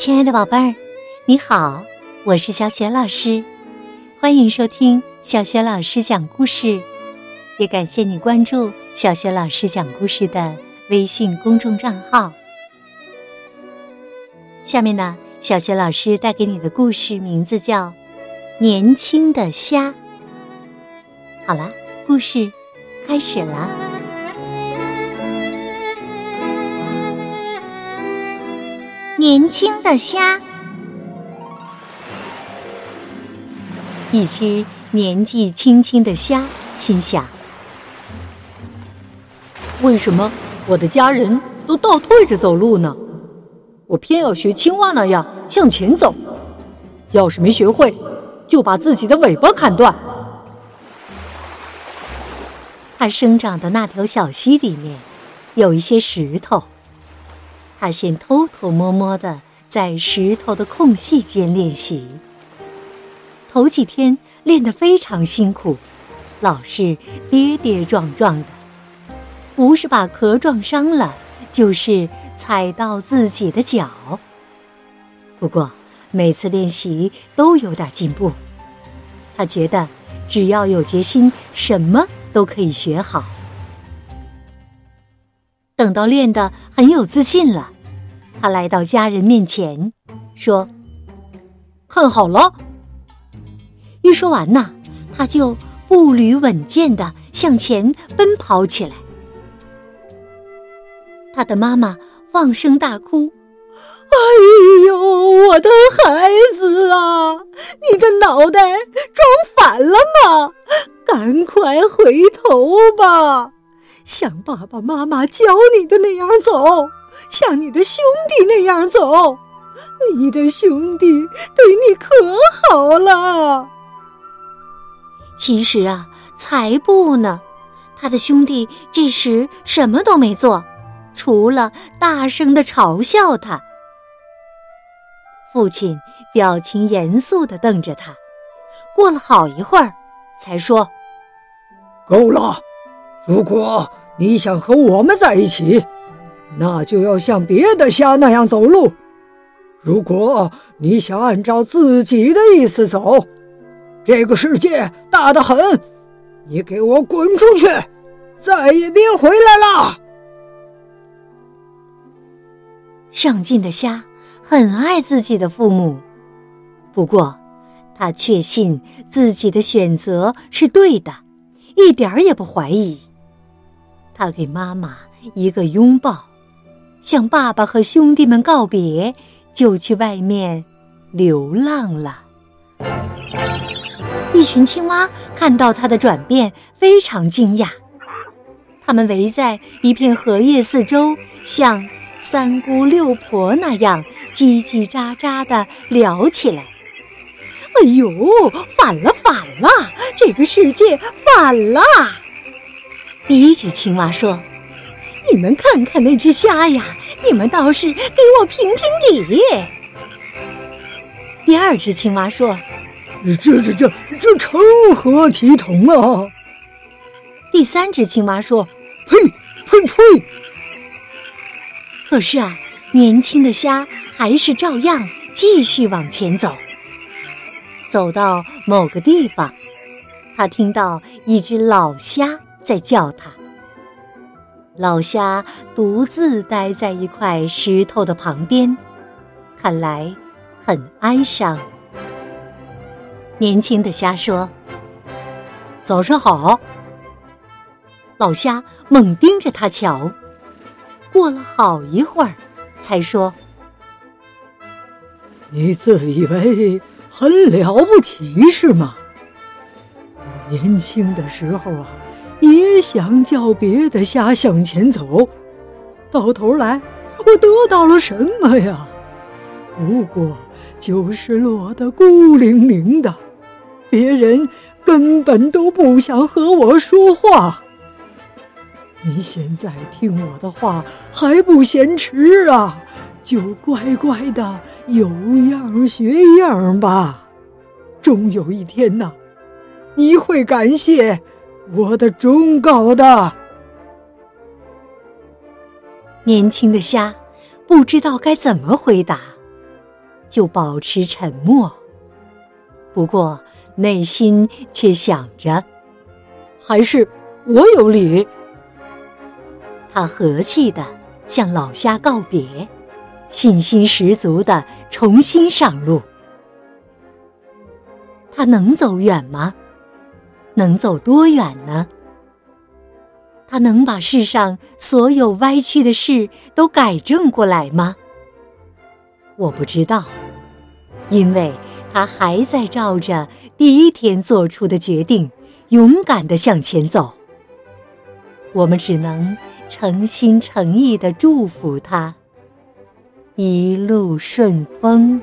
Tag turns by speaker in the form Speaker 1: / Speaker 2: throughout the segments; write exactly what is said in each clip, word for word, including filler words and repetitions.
Speaker 1: 亲爱的宝贝儿，你好，我是小雪老师，欢迎收听小雪老师讲故事，也感谢你关注小雪老师讲故事的微信公众账号。下面呢，小雪老师带给你的故事名字叫《年轻的虾》。好了，故事开始了。
Speaker 2: 年轻的虾。
Speaker 1: 一只年纪轻轻的虾心想，
Speaker 3: 为什么我的家人都倒退着走路呢？我偏要学青蛙那样向前走，要是没学会，就把自己的尾巴砍断。
Speaker 1: 它生长的那条小溪里面有一些石头，他先偷偷摸摸地在石头的空隙间练习。头几天练得非常辛苦，老是跌跌撞撞的，不是把壳撞伤了，就是踩到自己的脚。不过每次练习都有点进步，他觉得只要有决心，什么都可以学好。等到练得很有自信了，他来到家人面前说，
Speaker 3: 看好了。
Speaker 1: 一说完呢，他就步履稳健地向前奔跑起来。他的妈妈放声大哭，
Speaker 4: 哎呦，我的孩子啊，你的脑袋撞反了吗？赶快回头吧，像爸爸妈妈教你的那样走，像你的兄弟那样走，你的兄弟对你可好了。
Speaker 1: 其实啊，才不呢，他的兄弟这时什么都没做，除了大声地嘲笑他。父亲表情严肃地瞪着他，过了好一会儿才说，
Speaker 5: 够了，如果你想和我们在一起，那就要像别的虾那样走路。如果你想按照自己的意思走，这个世界大得很，你给我滚出去，再也别回来了。
Speaker 1: 上进的虾很爱自己的父母，不过他确信自己的选择是对的，一点儿也不怀疑。他给妈妈一个拥抱，向爸爸和兄弟们告别，就去外面流浪了。一群青蛙看到他的转变，非常惊讶，他们围在一片荷叶四周，像三姑六婆那样叽叽喳喳地聊起来。
Speaker 4: 哎呦，反了反了，这个世界反了。
Speaker 1: 第一只青蛙说，
Speaker 4: 你们看看那只虾呀，你们倒是给我评评理。
Speaker 1: 第二只青蛙说，
Speaker 5: 这这这这成何体统啊！
Speaker 1: 第三只青蛙说，
Speaker 5: 呸呸呸！
Speaker 1: 可是啊，年轻的虾还是照样继续往前走。走到某个地方，他听到一只老虾在叫他。老虾独自待在一块石头的旁边，看来很哀伤。年轻的虾说，
Speaker 3: 早上好。
Speaker 1: 老虾猛盯着他瞧，过了好一会儿才说，
Speaker 5: 你自以为很了不起是吗？我年轻的时候啊，也想叫别的虾向前走，到头来我得到了什么呀？不过就是落得孤零零的，别人根本都不想和我说话。你现在听我的话还不嫌迟啊，就乖乖的有样学样吧。终有一天呐，你会感谢我的忠告的。
Speaker 1: 年轻的虾不知道该怎么回答， 就保持沉默，不过内心却想着，
Speaker 3: 还是我有理。
Speaker 1: 他和气地向老虾告别，信心十足地重新上路。他能走远吗？能走多远呢？他能把世上所有歪曲的事都改正过来吗？我不知道，因为他还在照着第一天做出的决定，勇敢地向前走。我们只能诚心诚意地祝福他，一路顺风。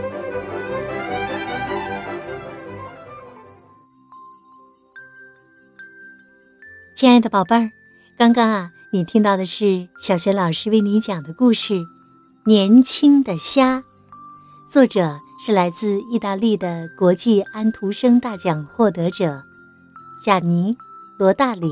Speaker 1: 亲爱的宝贝儿，刚刚啊，你听到的是小学老师为你讲的故事《年轻的虾》，作者是来自意大利的国际安徒生大奖获得者贾尼·罗大里。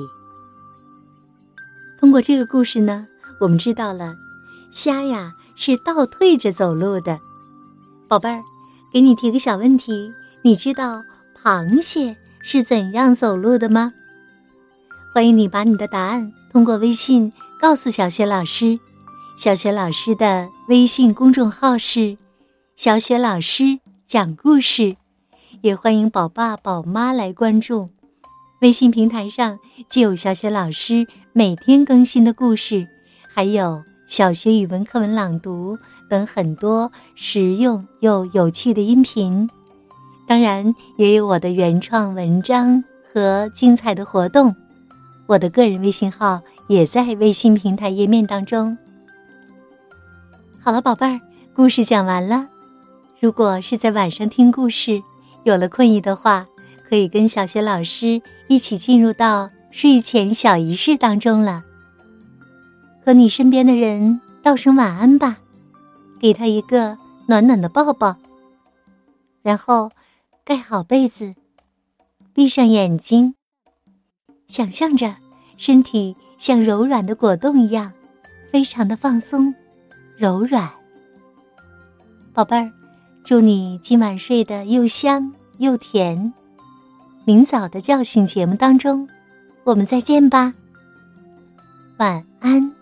Speaker 1: 通过这个故事呢，我们知道了虾呀是倒退着走路的。宝贝儿，给你提个小问题，你知道螃蟹是怎样走路的吗？欢迎你把你的答案通过微信告诉小雪老师。小雪老师的微信公众号是小雪老师讲故事，也欢迎宝爸宝妈来关注。微信平台上既有小雪老师每天更新的故事，还有小学语文课文朗读等很多实用又有趣的音频，当然也有我的原创文章和精彩的活动。我的个人微信号也在微信平台页面当中。好了，宝贝儿，故事讲完了。如果是在晚上听故事，有了困意的话，可以跟小学老师一起进入到睡前小仪式当中了。和你身边的人道声晚安吧，给他一个暖暖的抱抱，然后盖好被子，闭上眼睛，想象着身体像柔软的果冻一样，非常的放松柔软。宝贝儿，祝你今晚睡得又香又甜。明早的叫醒节目当中，我们再见吧，晚安。